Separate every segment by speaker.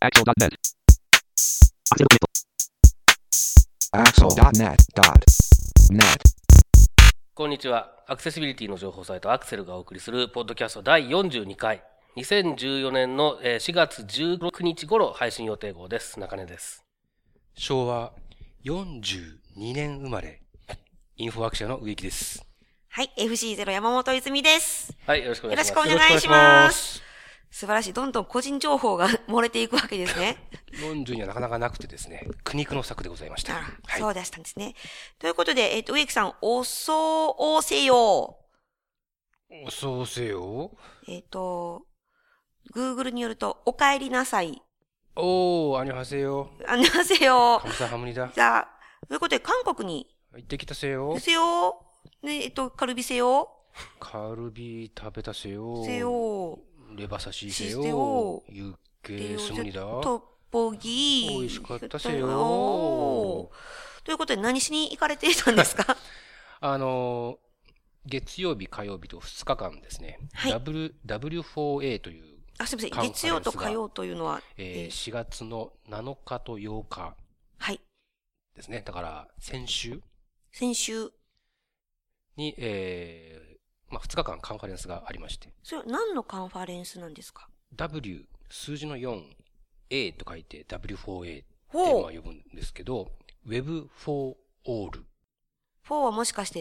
Speaker 1: Axel.net.
Speaker 2: Axel.net.net
Speaker 3: こんにちは。アクセシビリティの情報サイトアクセルがお送りするポッドキャスト第42回。2014年の4月16日頃配信予定号です。中根です。
Speaker 4: 昭和42年生まれ、インフォアクシアの植木です。
Speaker 5: はい、FC0 山本泉です。
Speaker 3: はい、よろしくお願いします。
Speaker 5: よろしくお願いします。素晴らしい。どんどん個人情報が漏れていくわけですね。
Speaker 4: 40にはなかなかなくてですね、苦肉の策でございました。
Speaker 5: はい、そうでしたんですね。ということで、植木さん、おそうせよ。
Speaker 4: おそうせよ。
Speaker 5: Google によると、お帰りなさい。
Speaker 4: アニョハセヨ。
Speaker 5: アニョハセヨ。
Speaker 4: カムサハムニダ。
Speaker 5: じゃあ、ということで、韓国に。
Speaker 4: 行ってきたせよ。
Speaker 5: せよ。ね、カルビせよ。
Speaker 4: カルビ食べたせよ。
Speaker 5: せよ。
Speaker 4: レバ刺しせよ。ユッケスムニダ。
Speaker 5: トッポギ。
Speaker 4: 美味しかったせよ。
Speaker 5: ということで、何しに行かれていたんですか？
Speaker 4: 月曜日、火曜日と2日間ですね。
Speaker 5: はい。
Speaker 4: W4A という。
Speaker 5: すみません。月曜と火曜というのは、
Speaker 4: 4月の7日と8日。
Speaker 5: はい。
Speaker 4: ですね。だから、先週に、2日間カンファレンスがありまして。
Speaker 5: それは何のカンファレンスなんですか？
Speaker 4: W、数字の4、A と書いて W4A って呼ぶんですけど、Web for All。
Speaker 5: 4はもしかして、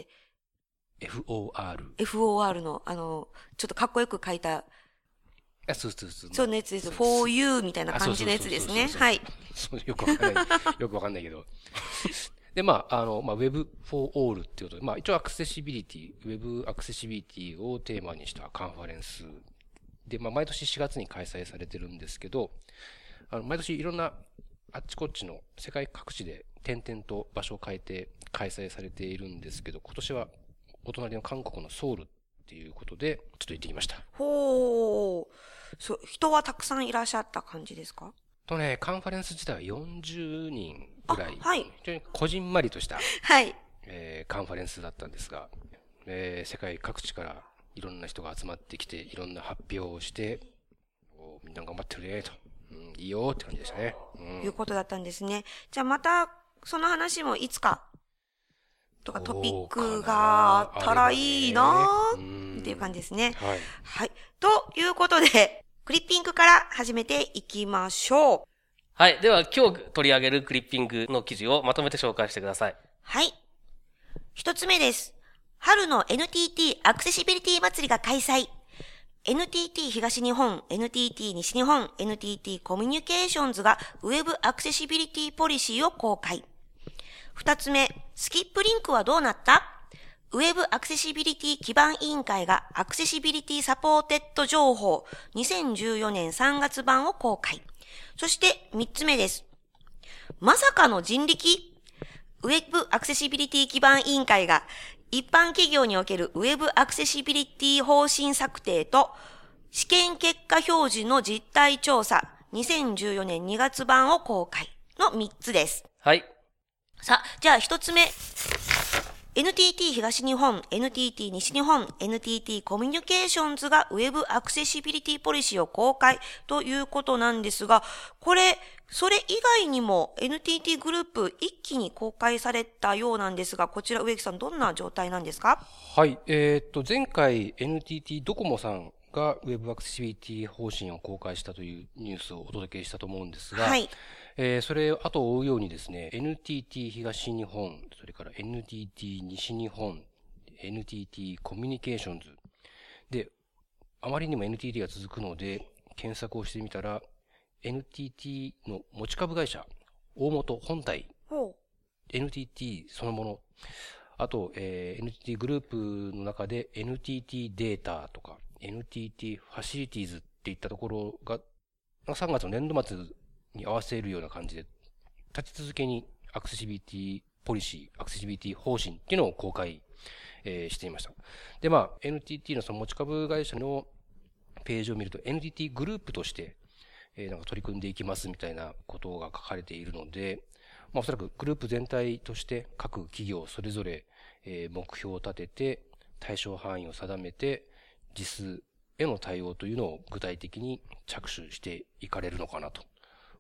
Speaker 4: FOR
Speaker 5: の、ちょっとかっこよく書いた、そうのやつです。for you みたいな感じのやつですね。はい。
Speaker 4: よくわかんないけど。で、Web for All っていうことで、一応アクセシビリティ、Web アクセシビリティをテーマにしたカンファレンスで、毎年4月に開催されてるんですけど、毎年いろんなあっちこっちの世界各地で点々と場所を変えて開催されているんですけど、今年はお隣の韓国のソウルっていうことで、ちょっと行ってきました。
Speaker 5: そう、人はたくさんいらっしゃった感じですか？
Speaker 4: カンファレンス自体は40人ぐらい。
Speaker 5: はい。
Speaker 4: 非常にこじんまりとした、
Speaker 5: はい。
Speaker 4: カンファレンスだったんですが、世界各地からいろんな人が集まってきて、いろんな発表をして、みんな頑張ってるね、と。いいよって感じでしたね。
Speaker 5: いうことだったんですね。じゃあまた、その話もいつか、とかトピックがあったらいいなーっていう感じですね。
Speaker 4: はい。
Speaker 5: はい。ということで、クリッピングから始めていきましょう。
Speaker 3: はい。では今日取り上げるクリッピングの記事をまとめて紹介してください。
Speaker 5: はい。一つ目です。春の NTT アクセシビリティ祭りが開催。NTT 東日本、NTT 西日本、NTT コミュニケーションズが Web アクセシビリティポリシーを公開。二つ目、スキップリンクはどうなった？ウェブアクセシビリティ基盤委員会がアクセシビリティサポーテッド情報2014年3月版を公開。そして3つ目です。まさかの人力？ウェブアクセシビリティ基盤委員会が一般企業におけるウェブアクセシビリティ方針策定と試験結果表示の実態調査2014年2月版を公開の3つです。
Speaker 3: はい。
Speaker 5: さあ、じゃあ一つ目。NTT 東日本、NTT 西日本、NTT コミュニケーションズが Web アクセシビリティポリシーを公開ということなんですが、それ以外にも NTT グループ一気に公開されたようなんですが、こちら植木さんどんな状態なんですか？
Speaker 4: はい。前回 NTT ドコモさんが Web アクセシビリティ方針を公開したというニュースをお届けしたと思うんですが、
Speaker 5: はい。
Speaker 4: それを後を追うようにですね、NTT 東日本、それから NTT 西日本、NTT コミュニケーションズ。で、あまりにも NTT が続くので、検索をしてみたら、NTT の持ち株会社、大元本体、NTT そのもの、あと、NTT グループの中で NTT データとか、NTT ファシリティーズっていったところが、3月の年度末に合わせるような感じで、立ち続けにアクセシビリティポリシー、アクセシビリティ方針っていうのを公開、していました。で、NTT のその持ち株会社のページを見ると、NTT グループとして、取り組んでいきますみたいなことが書かれているので、おそらくグループ全体として各企業それぞれ、目標を立てて、対象範囲を定めて、実数への対応というのを具体的に着手していかれるのかなと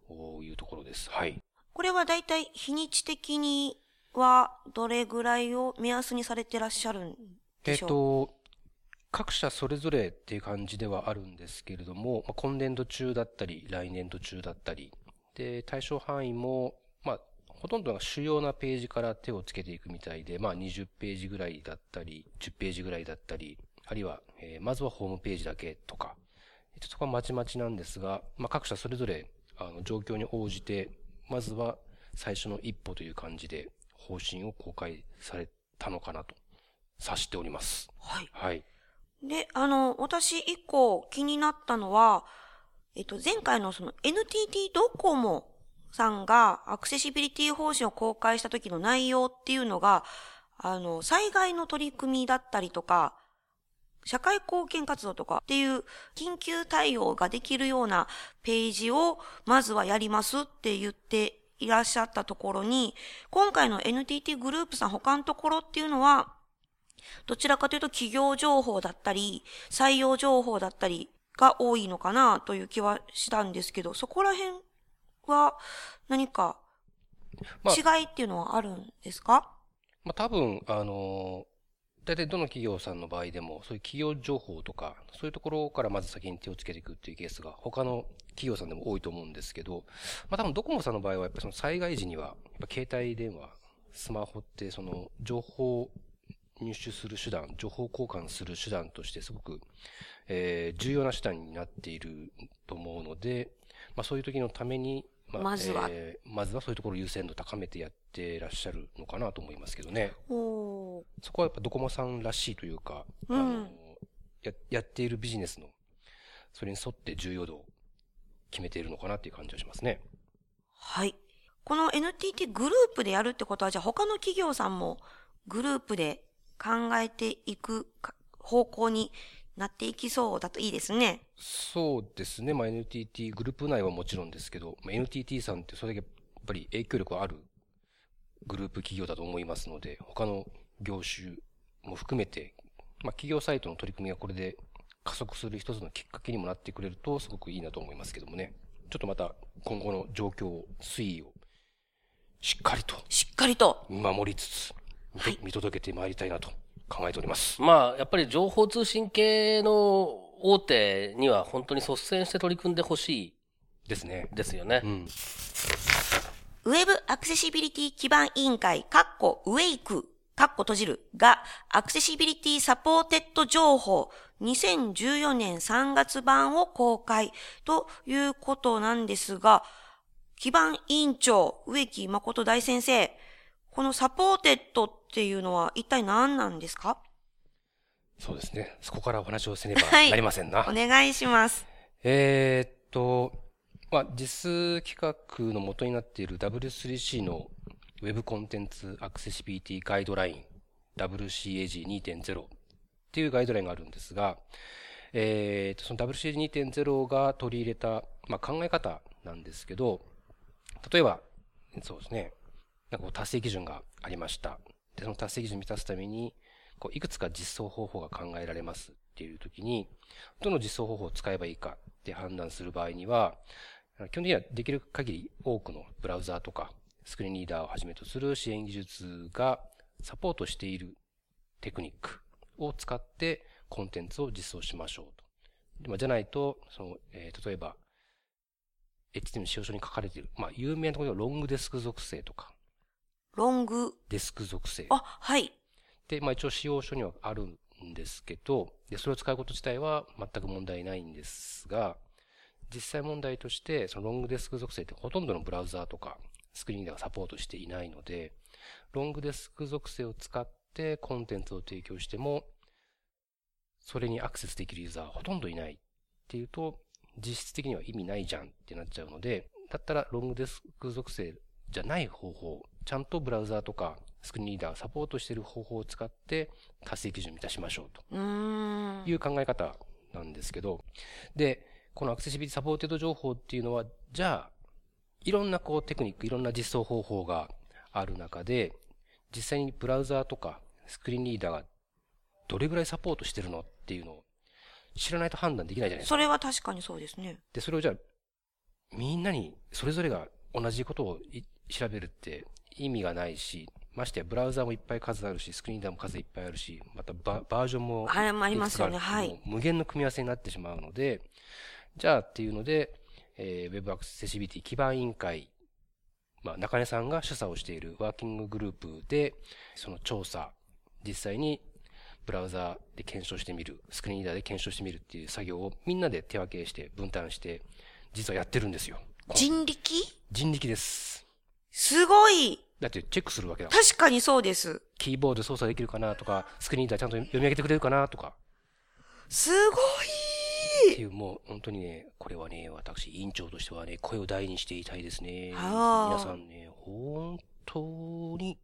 Speaker 4: いうところです。はい。
Speaker 5: これはだいたい日にち的にはどれぐらいを目安にされてらっしゃるんでしょう？
Speaker 4: 各社それぞれっていう感じではあるんですけれども、今年度中だったり、来年度中だったり、で、対象範囲も、ほとんどが主要なページから手をつけていくみたいで、20ページぐらいだったり、10ページぐらいだったり、あるいは、まずはホームページだけとか、そこはまちまちなんですが、各社それぞれ、状況に応じて、まずは最初の一歩という感じで、方針を公開されたのかなと、察しております。
Speaker 5: はい。
Speaker 4: はい。
Speaker 5: で、私一個気になったのは、前回のその NTT ドコモさんがアクセシビリティ方針を公開した時の内容っていうのが、災害の取り組みだったりとか、社会貢献活動とかっていう緊急対応ができるようなページをまずはやりますって言っていらっしゃったところに、今回の NTT グループさん他のところっていうのは、どちらかというと企業情報だったり、採用情報だったりが多いのかなという気はしたんですけど、そこら辺は何か違いっていうのはあるんですか？
Speaker 4: 多分、大体どの企業さんの場合でも、そういう企業情報とか、そういうところからまず先に手をつけていくっていうケースが他の企業さんでも多いと思うんですけど、多分ドコモさんの場合はやっぱりその災害時には、やっぱ携帯電話、スマホってその情報を入手する手段、情報交換する手段としてすごく、重要な手段になっていると思うので、そういう時のために、まずはそういうところ優先度高めてやってらっしゃるのかなと思いますけどね。そこはやっぱドコモさんらしいというか、やっているビジネスの、それに沿って重要度を決めているのかなっていう感じがしますね。
Speaker 5: はい。この NTT グループでやるってことは、じゃあ他の企業さんもグループで考えていく方向になっていきそうだといいですね。
Speaker 4: そうですね。NTT グループ内はもちろんですけど、NTT さんってそれだけやっぱり影響力あるグループ企業だと思いますので、他の業種も含めて、企業サイトの取り組みがこれで加速する一つのきっかけにもなってくれるとすごくいいなと思いますけどもね。ちょっとまた今後の状況、推移をしっかりと守りつつ、見届けてまいりたいなと考えております。
Speaker 3: やっぱり情報通信系の大手には本当に率先して取り組んでほしい
Speaker 4: ですね。
Speaker 3: ですよね。
Speaker 5: ウェブアクセシビリティ基盤委員会ウェイク閉じるがアクセシビリティサポーテッド情報2014年3月版を公開ということなんですが、基盤委員長植木誠大先生、このサポーテッドっていうのは一体何なんですか？
Speaker 4: そうですね。そこからお話をせねばなりませんな。
Speaker 5: お願いします。
Speaker 4: JIS企画の元になっている W3C のウェブコンテンツアクセシビリティガイドライン WCAG2.0 っていうガイドラインがあるんですが、その WCAG2.0 が取り入れた、考え方なんですけど、例えば、そうですね、達成基準がありました。で、その達成基準を満たすために、いくつか実装方法が考えられますっていうときに、どの実装方法を使えばいいかって判断する場合には、基本的にはできる限り多くのブラウザーとかスクリーンリーダーをはじめとする支援技術がサポートしているテクニックを使ってコンテンツを実装しましょうと。じゃないと、例えば、HTML 使用書に書かれている、有名なところではロングデスク属性とか。
Speaker 5: ロング
Speaker 4: デスク属性。
Speaker 5: はい。
Speaker 4: で、一応使用書にはあるんですけど、で、それを使うこと自体は全く問題ないんですが、実際問題として、そのロングデスク属性ってほとんどのブラウザーとかスクリーンではサポートしていないので、ロングデスク属性を使ってコンテンツを提供しても、それにアクセスできるユーザーはほとんどいないっていうと、実質的には意味ないじゃんってなっちゃうので、だったらロングデスク属性じゃない方法、ちゃんとブラウザーとかスクリーンリーダーをサポートしている方法を使って達成基準を満たしましょうという考え方なんですけど、で、このアクセシビリティサポーテッド情報っていうのは、じゃあ、いろんなテクニック、いろんな実装方法がある中で、実際にブラウザーとかスクリーンリーダーがどれぐらいサポートしてるのっていうのを知らないと判断できないじゃないですか。
Speaker 5: それは確かにそうですね。
Speaker 4: で、それをじゃあ、 みんなにそれぞれが同じことを調べるって意味がないし、ましてやブラウザもいっぱい数あるし、スクリーンダーも数いっぱいあるし、またバージョンも
Speaker 5: ありますよね。はい。
Speaker 4: 無限の組み合わせになってしまうので、じゃあっていうので、Web アクセシビリティ基盤委員会、中根さんが主査をしているワーキンググループで、その調査、実際にブラウザで検証してみる、スクリーンリーダーで検証してみるっていう作業をみんなで手分けして分担して、実はやってるんですよ。
Speaker 5: 人力
Speaker 4: です。
Speaker 5: すごい。
Speaker 4: だってチェックするわけだ。
Speaker 5: 確かにそうです。
Speaker 4: キーボード操作できるかなとか、スクリーンリーダーちゃんと読み上げてくれるかなとか。
Speaker 5: すごい。
Speaker 4: っていう、もう本当にね、これはね、私、委員長としてはね、声を大にして言いたいですね。皆さんね、本当に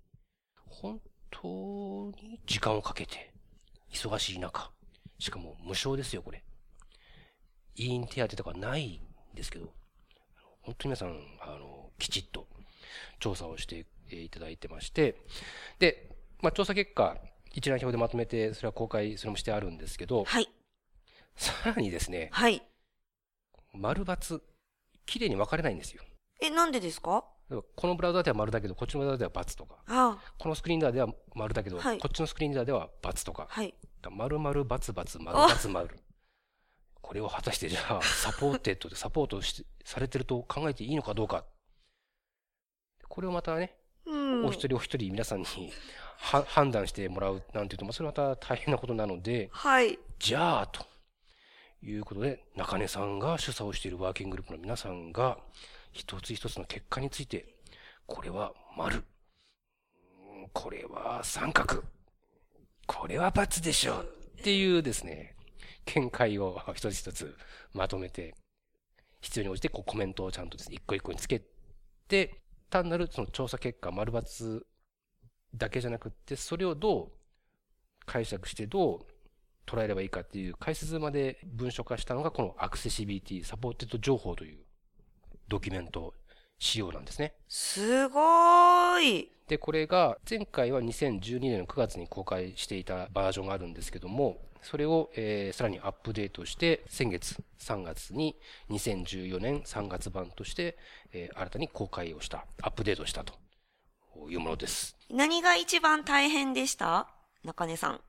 Speaker 4: 時間をかけて、忙しい中、しかも無償ですよ、これ。委員手当とかないんですけど、本当に皆さん、きちっと調査をしていただいてまして、で、調査結果、一覧表でまとめて、それは公開、それもしてあるんですけど、
Speaker 5: はい。
Speaker 4: さらにですね、
Speaker 5: はい。
Speaker 4: 丸×、綺麗に分かれないんですよ。
Speaker 5: なんでですか？
Speaker 4: このブラウザでは丸だけど、こっちのブラウザでは×とか。このスクリーンダーでは丸だけど、こっちのスクリーンダーでは×とか。
Speaker 5: はい。
Speaker 4: 丸々××、丸×丸。これを果たしてじゃあ、サポートされてると考えていいのかどうか。これをまたね、お一人お一人皆さんに判断してもらうなんていうと、それまた大変なことなので、
Speaker 5: はい。
Speaker 4: じゃあ、ということで、中根さんが主査をしているワーキンググループの皆さんが、一つ一つの結果について、これは丸、これは三角、これは×でしょうっていうですね、見解を一つ一つまとめて、必要に応じてコメントをちゃんと一個一個につけて、単なるその調査結果、丸×だけじゃなくって、それをどう解釈してどう捉えればいいかっていう解説まで文書化したのがこのアクセシビリティサポーテッド情報というドキュメント仕様なんですね。
Speaker 5: すごーい。
Speaker 4: で、これが前回は2012年の9月に公開していたバージョンがあるんですけども、それを、さらにアップデートして先月3月に2014年3月版として、新たに公開をしたアップデートしたというものです。
Speaker 5: 何が一番大変でした？中根さん。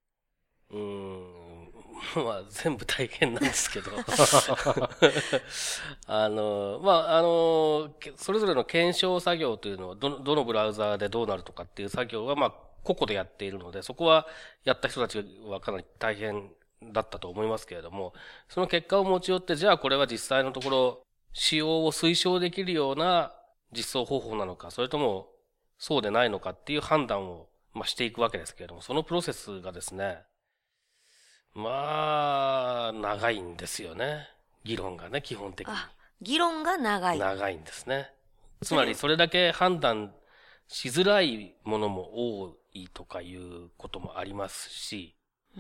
Speaker 3: 全部大変なんですけどそれぞれの検証作業というのはどのブラウザーでどうなるとかっていう作業は個々でやっているので、そこはやった人たちはかなり大変だったと思いますけれども、その結果を持ち寄って、じゃあこれは実際のところ使用を推奨できるような実装方法なのか、それともそうでないのかっていう判断をしていくわけですけれども、そのプロセスがですね、長いんですよね。議論がね、基本的に。
Speaker 5: 議論が長い。
Speaker 3: 長いんですね。つまりそれだけ判断しづらいものも多いとかいうこともありますし。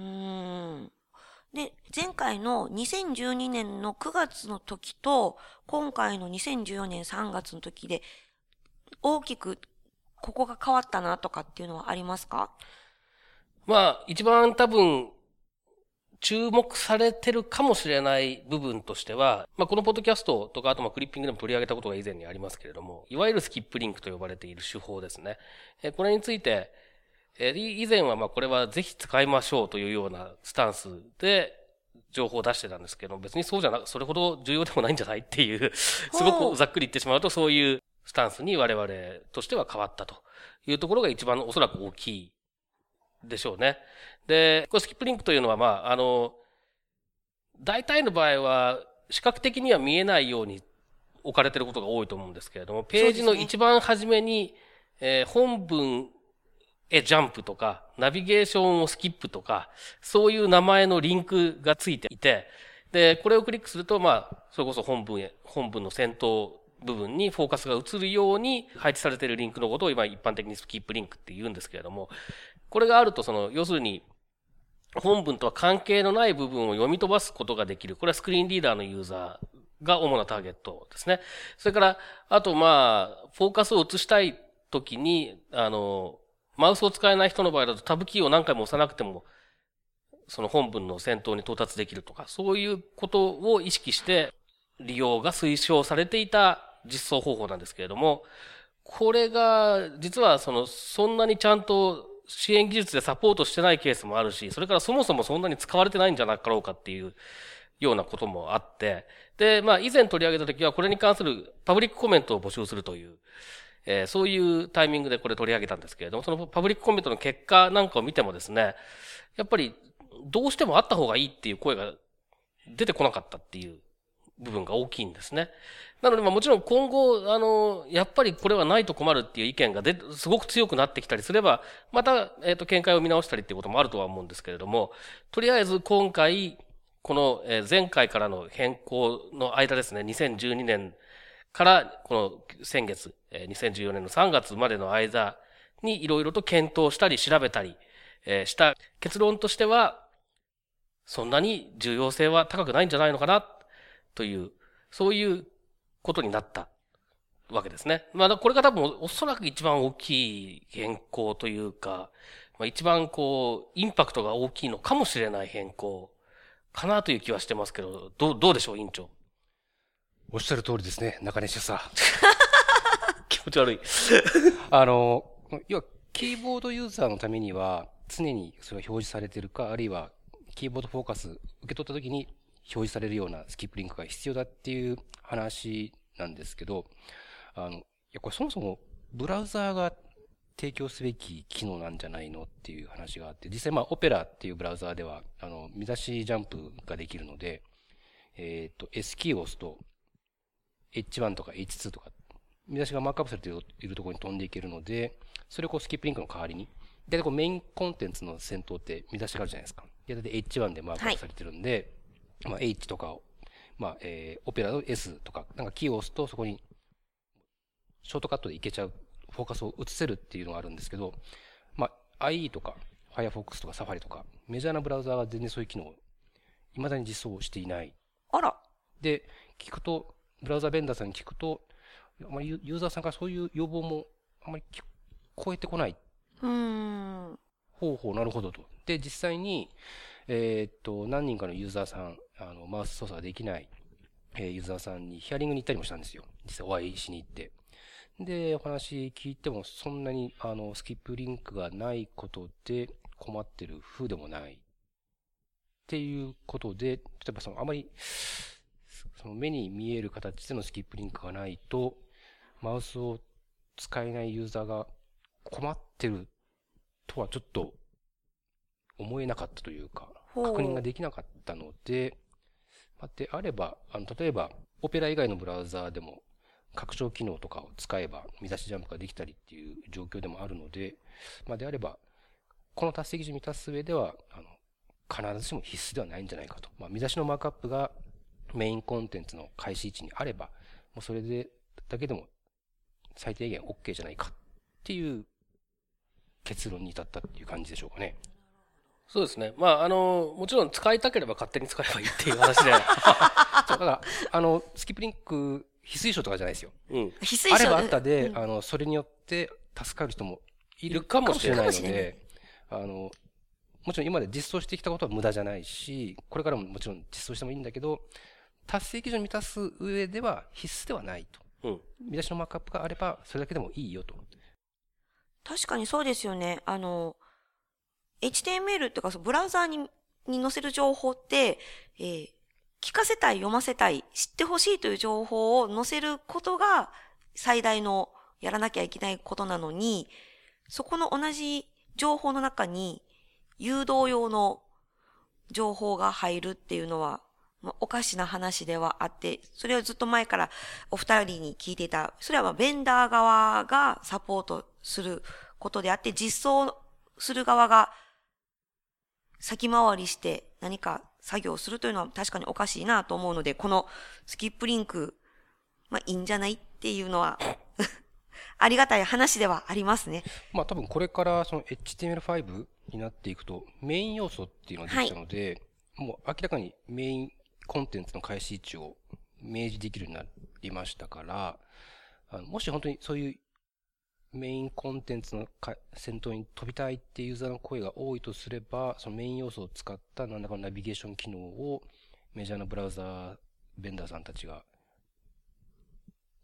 Speaker 5: で、前回の2012年の9月の時と、今回の2014年3月の時で、大きくここが変わったなとかっていうのはありますか？
Speaker 3: 一番多分、注目されてるかもしれない部分としては、このポッドキャストとか、あとクリッピングでも取り上げたことが以前にありますけれども、いわゆるスキップリンクと呼ばれている手法ですね。これについて、以前はこれはぜひ使いましょうというようなスタンスで情報を出してたんですけど、別にそうじゃなく、それほど重要でもないんじゃないっていう、すごくざっくり言ってしまうと、そういうスタンスに我々としては変わったというところが一番おそらく大きいでしょうね。で、これスキップリンクというのは、大体の場合は、視覚的には見えないように置かれていることが多いと思うんですけれども、ページの一番初めに、本文へジャンプとか、ナビゲーションをスキップとか、そういう名前のリンクがついていて、で、これをクリックすると、それこそ本文の先頭部分にフォーカスが移るように配置されているリンクのことを今一般的にスキップリンクって言うんですけれども、これがあると要するに、本文とは関係のない部分を読み飛ばすことができる。これはスクリーンリーダーのユーザーが主なターゲットですね。それから、あとフォーカスを移したいときに、マウスを使えない人の場合だとタブキーを何回も押さなくても、その本文の先頭に到達できるとか、そういうことを意識して、 利用が推奨されていた実装方法なんですけれども、これが実はそんなにちゃんと支援技術でサポートしてないケースもあるし、それからそもそもそんなに使われてないんじゃなかろうかっていうようなこともあって、で、以前取り上げたときはこれに関するパブリックコメントを募集するという、そういうタイミングでこれ取り上げたんですけれども、そのパブリックコメントの結果なんかを見てもですね、やっぱりどうしてもあった方がいいっていう声が出てこなかったっていう部分が大きいんですね。なのでもちろん今後、やっぱりこれはないと困るっていう意見がすごく強くなってきたりすれば、また、見解を見直したりっていうこともあるとは思うんですけれども、とりあえず今回、この前回からの変更の間ですね、2012年からこの先月、2014年の3月までの間にいろいろと検討したり調べたりした結論としては、そんなに重要性は高くないんじゃないのかなという、そういうことになったわけですね。これが多分おそらく一番大きい変更というか、一番インパクトが大きいのかもしれない変更かなという気はしてますけど、どうでしょう、委員長。
Speaker 4: おっしゃる通りですね、中西さん。
Speaker 3: 気持ち悪い。
Speaker 4: 要は、キーボードユーザーのためには、常にそれが表示されているか、あるいは、キーボードフォーカス受け取ったときに表示されるようなスキップリンクが必要だっていう話なんですけど、これそもそもブラウザーが提供すべき機能なんじゃないのっていう話があって、実際オペラっていうブラウザーでは、見出しジャンプができるので、S キーを押すと、H1 とか H2 とか、見出しがマークアップされているところに飛んでいけるので、それをスキップリンクの代わりに、で、メインコンテンツの先頭って見出しがあるじゃないですか。で、H1 でマークアップされてるんで、H とかを、オペラの S とか、キーを押すとそこに、ショートカットでいけちゃう、フォーカスを移せるっていうのがあるんですけど、IE とか、Firefox とか Safari とか、メジャーなブラウザーが全然そういう機能を、未だに実装していない。
Speaker 5: あら。
Speaker 4: で、ブラウザベンダーさんに聞くと、あまりユーザーさんからそういう要望もあまり聞こえてこない。ほう、なるほどと。で、実際に、何人かのユーザーさん、マウス操作ができない、ユーザーさんにヒアリングに行ったりもしたんですよ。実際お会いしに行って。で、お話聞いても、そんなに、スキップリンクがないことで困ってる風でもない。っていうことで、例えばあまり、目に見える形でのスキップリンクがないと、マウスを使えないユーザーが困ってるとはちょっと思えなかったというか、確認ができなかったので、であれば、例えば、オペラ以外のブラウザーでも、拡張機能とかを使えば、見出しジャンプができたりっていう状況でもあるので、であれば、この達成基準を満たす上では、必ずしも必須ではないんじゃないかと。見出しのマークアップがメインコンテンツの開始位置にあれば、もうそれだけでも最低限 OK じゃないかっていう結論に至ったっていう感じでしょうかね。
Speaker 3: そうですね。もちろん使いたければ勝手に使えばいいっていう話で。
Speaker 4: そう、だから、スキップリンク必須書とかじゃないですよ。
Speaker 5: 必須書
Speaker 4: あればあったで、それによって助かる人もいるかもしれないので、もちろん今まで実装してきたことは無駄じゃないし、これからももちろん実装してもいいんだけど、達成基準を満たす上では必須ではないと。見出しのマークアップがあれば、それだけでもいいよと。
Speaker 5: 確かにそうですよね。HTML っていうか、ブラウザーに載せる情報って、聞かせたい、読ませたい、知ってほしいという情報を載せることが最大のやらなきゃいけないことなのに、そこの同じ情報の中に誘導用の情報が入るっていうのは、おかしな話ではあって、それをずっと前からお二人に聞いていた、それはベンダー側がサポートすることであって、実装する側が先回りして何か作業するというのは確かにおかしいなと思うので、このスキップリンク、いいんじゃないっていうのはありがたい話ではありますね。
Speaker 4: 多分これからその HTML5 になっていくとメイン要素っていうのができたので、もう明らかにメインコンテンツの開始位置を明示できるようになりましたから、もし本当にそういうメインコンテンツの先頭に飛びたいっていうユーザーの声が多いとすれば、そのメイン要素を使った何らかのナビゲーション機能をメジャーなブラウザーベンダーさんたちが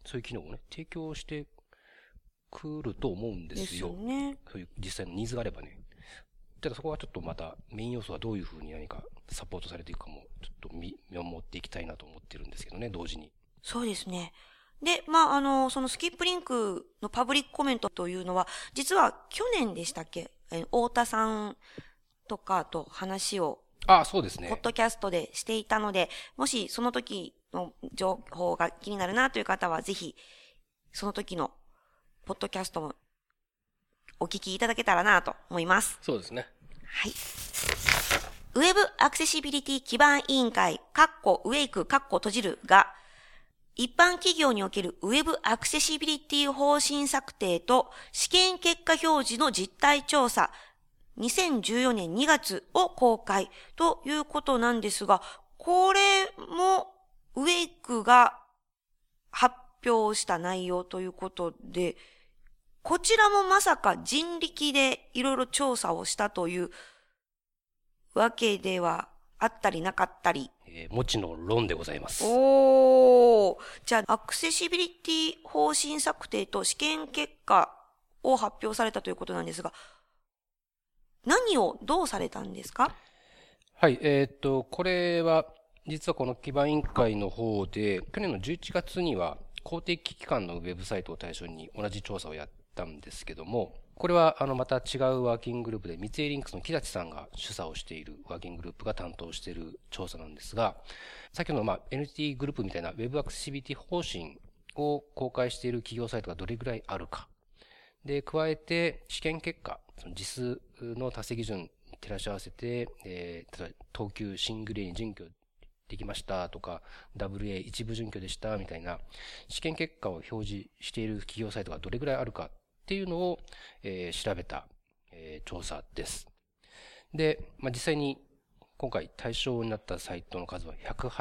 Speaker 4: そういう機能をね、提供してくると思うんですよ。
Speaker 5: ですね。
Speaker 4: そういう実際のニーズがあればね。ただそこはちょっとまたメイン要素はどういうふうに何かサポートされていくかもちょっと見守っていきたいなと思ってるんですけどね、同時に。
Speaker 5: そうですね。で、そのスキップリンクのパブリックコメントというのは、実は去年でしたっけ？太田さんとかと話を、
Speaker 4: そうですね。
Speaker 5: ポッドキャストでしていたので、もしその時の情報が気になるなという方は、ぜひ、その時のポッドキャストもお聞きいただけたらなと思います。
Speaker 3: そうですね。
Speaker 5: はい。ウェブアクセシビリティ基盤委員会、ウェイク、閉じるが、一般企業におけるウェブアクセシビリティ方針策定と試験結果表示の実態調査、2014年2月を公開ということなんですが、これもウェイクが発表した内容ということで、こちらもまさか人力でいろいろ調査をしたというわけではあったりなかったり。
Speaker 4: もちの論でございます。
Speaker 5: じゃあ、アクセシビリティ方針策定と試験結果を発表されたということなんですが、何をどうされたんですか？
Speaker 4: はい、これは、実はこの基盤委員会の方で、去年の11月には公的機関のウェブサイトを対象に同じ調査をやったんですけども、これはまた違うワーキンググループで、三井リンクスの木立さんが主査をしているワーキンググループが担当している調査なんですが、先ほどのNTT グループみたいなウェブアクセシビリティ方針を公開している企業サイトがどれぐらいあるか。で、加えて試験結果、その実数の達成基準に照らし合わせて、例えば等級シングル A に準拠できましたとか、WA 一部準拠でしたみたいな試験結果を表示している企業サイトがどれぐらいあるかっていうのを、調べた、調査です。で、実際に今回対象になったサイトの数は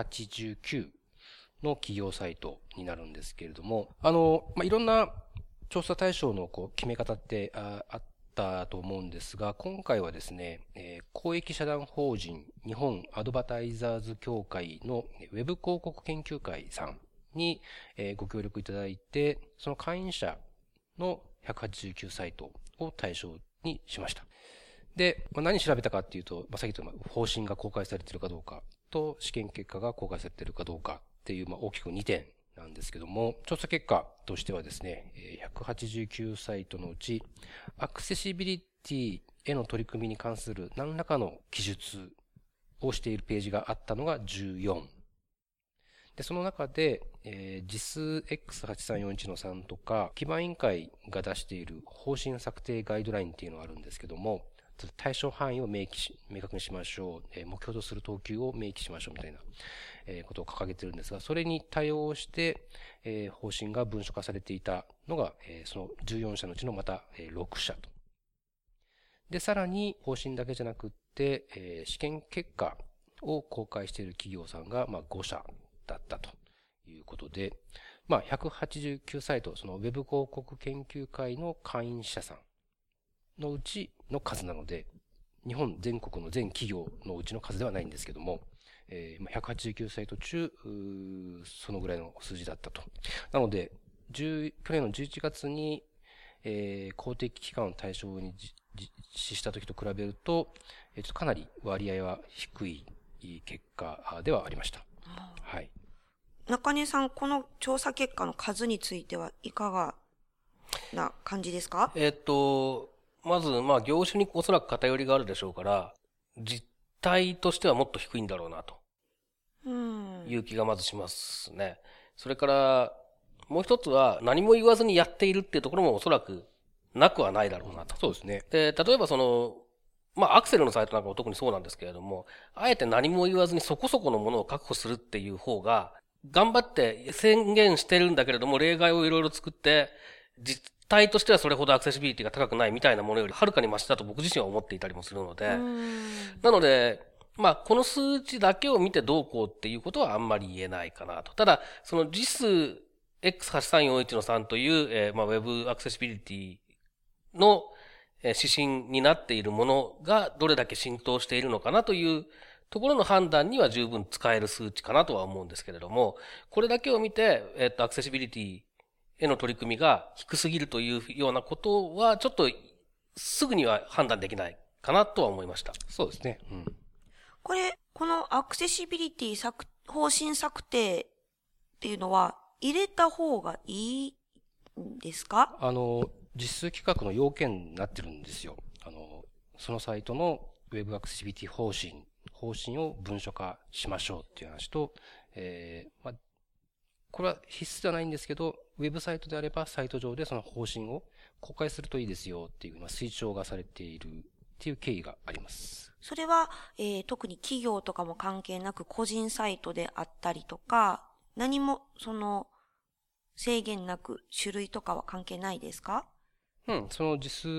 Speaker 4: 189の企業サイトになるんですけれども、いろんな調査対象の決め方ってあったと思うんですが、今回はですね、公益社団法人日本アドバタイザーズ協会のウェブ広告研究会さんにご協力いただいて、その会員者の189サイトを対象にしました。で、何調べたかっていうと、さっき言った方針が公開されているかどうかと試験結果が公開されているかどうかっていう、大きく2点なんですけども、調査結果としてはですね、189サイトのうち、アクセシビリティへの取り組みに関する何らかの記述をしているページがあったのが14。で、その中で、実数 X8341-3 とか、基盤委員会が出している方針策定ガイドラインっていうのがあるんですけども、対象範囲を明確にしましょう。目標とする等級を明記しましょうみたいなことを掲げているんですが、それに対応して、方針が文書化されていたのが、その14社のうちのまた6社と。で、さらに方針だけじゃなくって、試験結果を公開している企業さんが5社だったということで、189サイト、そのウェブ広告研究会の会員者さんのうちの数なので、日本全国の全企業のうちの数ではないんですけども、189サイト中、そのぐらいの数字だったと。なので、去年の11月に、公的機関を対象に実施した時と比べると、かなり割合は低い結果ではありました。はい。
Speaker 5: 中根さん、この調査結果の数についてはいかがな感じですか？
Speaker 3: まず、業種におそらく偏りがあるでしょうから、実態としてはもっと低いんだろうな、という気がまずしますね。それから、もう一つは何も言わずにやっているっていうところもおそらくなくはないだろうなと。
Speaker 4: そうですね。
Speaker 3: で、例えばアクセルのサイトなんかも特にそうなんですけれども、あえて何も言わずにそこそこのものを確保するっていう方が、頑張って宣言してるんだけれども、例外をいろいろ作って、実態としてはそれほどアクセシビリティが高くないみたいなものよりはるかにマシだと僕自身は思っていたりもするので、なので、この数値だけを見てどうこうっていうことはあんまり言えないかなと。ただ、その実数 X8341-3 という、ウェブアクセシビリティの指針になっているものがどれだけ浸透しているのかなというところの判断には十分使える数値かなとは思うんですけれども、これだけを見て、アクセシビリティへの取り組みが低すぎるというようなことは、ちょっとすぐには判断できないかなとは思いました。
Speaker 4: そうですね。うん。
Speaker 5: このアクセシビリティ方針策定っていうのは入れた方がいいんですか？
Speaker 4: 実数規格の要件になってるんですよ。そのサイトのウェブアクセシビリティ方針を文書化しましょうっていう話と、これは必須ではないんですけど、ウェブサイトであればサイト上でその方針を公開するといいですよっていう推奨がされているっていう経緯があります。
Speaker 5: それは、特に企業とかも関係なく個人サイトであったりとか、何もその制限なく種類とかは関係ないですか？
Speaker 4: その実数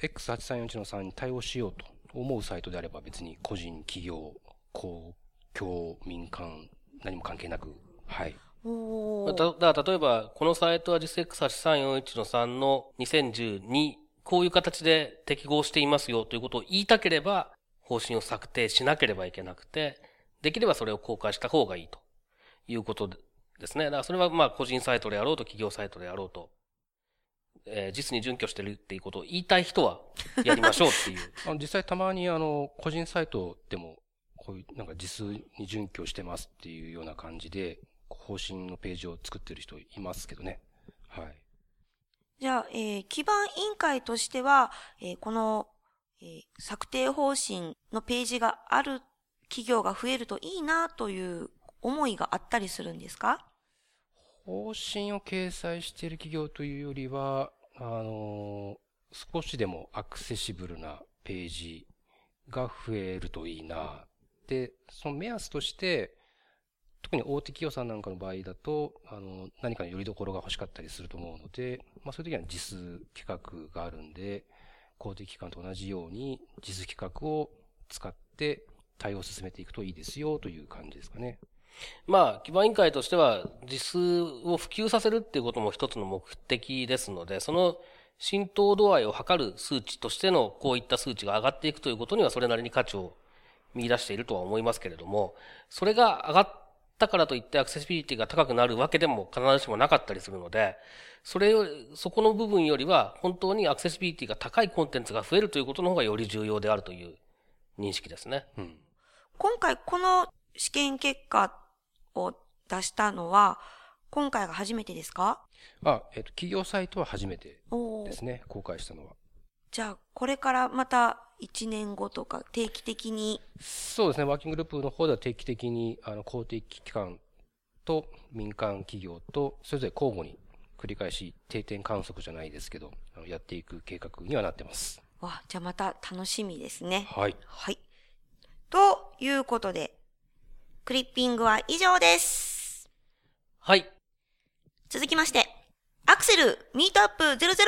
Speaker 4: X8341-3 に対応しようと思うサイトであれば別に個人、企業、公共、民間、何も関係なく、はい。
Speaker 3: だから例えば、このサイトは実 X8341-3 の2010にこういう形で適合していますよということを言いたければ、方針を策定しなければいけなくて、できればそれを公開した方がいいということですね。だからそれは個人サイトであろうと企業サイトであろうと、実に準拠してるっていうことを言いたい人はやりましょうっていう。
Speaker 4: 実際たまに個人サイトでも、こういうなんか実数に準拠してますっていうような感じで、方針のページを作ってる人いますけどね。はい。
Speaker 5: じゃあ、基盤委員会としては、この、策定方針のページがある企業が増えるといいなという思いがあったりするんですか？
Speaker 4: 方針を掲載している企業というよりは、少しでもアクセシブルなページが増えるといいな。で、その目安として、特に大手企業さんなんかの場合だと、何かの拠り所が欲しかったりすると思うので、そういう時には実数規格があるんで、公的機関と同じように実数規格を使って対応を進めていくといいですよという感じですかね。
Speaker 3: 基盤委員会としては実数を普及させるっていうことも一つの目的ですので、その浸透度合いを測る数値としてのこういった数値が上がっていくということにはそれなりに価値を見出しているとは思いますけれども、それが上がったからといってアクセシビリティが高くなるわけでも必ずしもなかったりするので、そこの部分よりは本当にアクセシビリティが高いコンテンツが増えるということの方がより重要であるという認識ですね。
Speaker 5: 今回この試験結果を出したのは今回が初めてですか？
Speaker 4: 企業サイトは初めてですね、公開したのは。
Speaker 5: じゃあこれからまた1年後とか定期的に。
Speaker 4: そうですね、ワーキンググループの方では定期的に公的機関と民間企業とそれぞれ交互に繰り返し定点観測じゃないですけどやっていく計画にはなってます。
Speaker 5: じゃあまた楽しみですね。
Speaker 4: はい。
Speaker 5: はい。ということでクリッピングは以上です。
Speaker 3: はい。
Speaker 5: 続きまして、アクセルミートアップ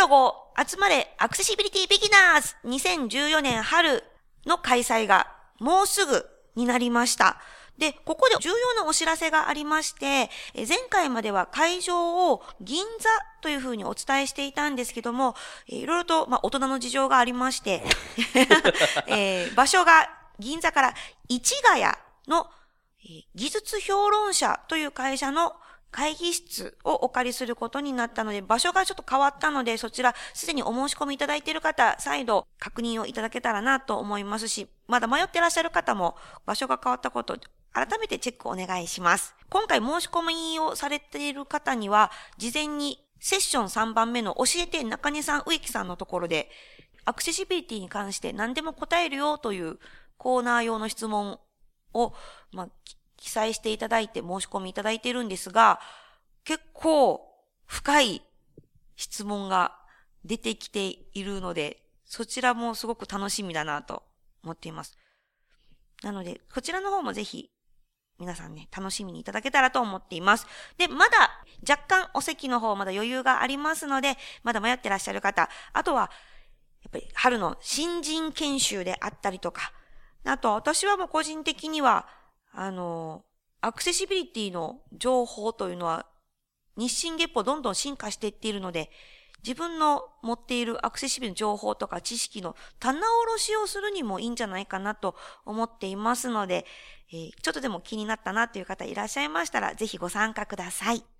Speaker 5: 005集まれアクセシビリティビギナーズ2014年春の開催がもうすぐになりました。で、ここで重要なお知らせがありまして、前回までは会場を銀座というふうにお伝えしていたんですけども、いろいろと大人の事情がありまして、場所が銀座から市ヶ谷の技術評論者という会社の会議室をお借りすることになったので、場所がちょっと変わったので、そちらすでにお申し込みいただいている方、再度確認をいただけたらなと思いますし、まだ迷ってらっしゃる方も場所が変わったこと、改めてチェックお願いします。今回申し込みをされている方には、事前にセッション3番目の教えて中根さん、植木さんのところで、アクセシビリティに関して何でも答えるよというコーナー用の質問を、記載していただいて申し込みいただいているんですが、結構深い質問が出てきているので、そちらもすごく楽しみだなと思っています。なので、こちらの方もぜひ皆さんね、楽しみにいただけたらと思っています。で、まだ若干お席の方まだ余裕がありますので、まだ迷ってらっしゃる方、あとはやっぱり春の新人研修であったりとか、あと私はもう個人的にはアクセシビリティの情報というのは日進月歩どんどん進化していっているので、自分の持っているアクセシビリティの情報とか知識の棚卸しをするにもいいんじゃないかなと思っていますので、ちょっとでも気になったなという方いらっしゃいましたら、ぜひご参加ください。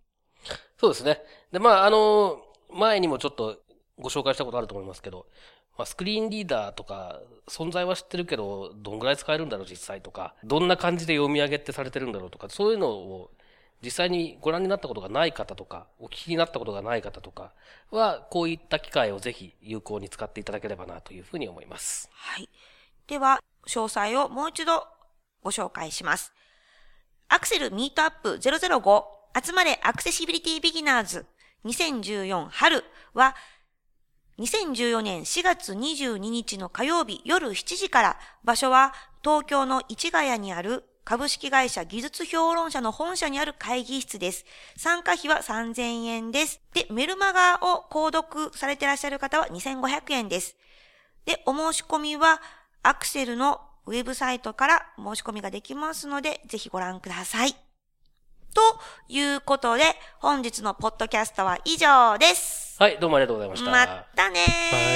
Speaker 3: そうですね。で、前にもちょっとご紹介したことあると思いますけど、スクリーンリーダーとか、存在は知ってるけど、どんぐらい使えるんだろう実際とか、どんな感じで読み上げってされてるんだろうとか、そういうのを実際にご覧になったことがない方とか、お聞きになったことがない方とかは、こういった機会をぜひ有効に使っていただければなというふうに思います。
Speaker 5: はい。では、詳細をもう一度ご紹介します。アクセルミートアップ005集まれアクセシビリティビギナーズ2014春は、2014年4月22日の火曜日夜7時から、場所は東京の市ヶ谷にある株式会社技術評論社の本社にある会議室です。参加費は3000円です。で、メルマガを購読されていらっしゃる方は2500円です。で、お申し込みはアクセルのウェブサイトから申し込みができますので、ぜひご覧ください。ということで、本日のポッドキャストは以上です。
Speaker 3: はい、どうもありがとうございました。
Speaker 5: またね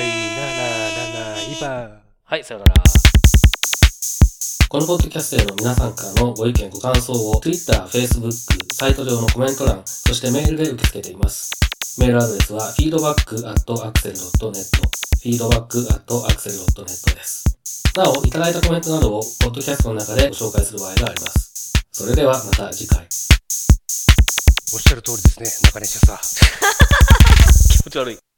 Speaker 4: ー。バイナナナイバー。
Speaker 3: はい、さよなら。このポッドキャストへの皆さんからのご意見ご感想を Twitter、Facebook、サイト上のコメント欄、そしてメールで受け付けています。メールアドレスは feedback@axel.net feedback@axel.net です。なお、いただいたコメントなどをポッドキャストの中でご紹介する場合があります。それではまた次回。
Speaker 4: おっしゃる通りですね、中根社さん。
Speaker 3: 気持ち悪い。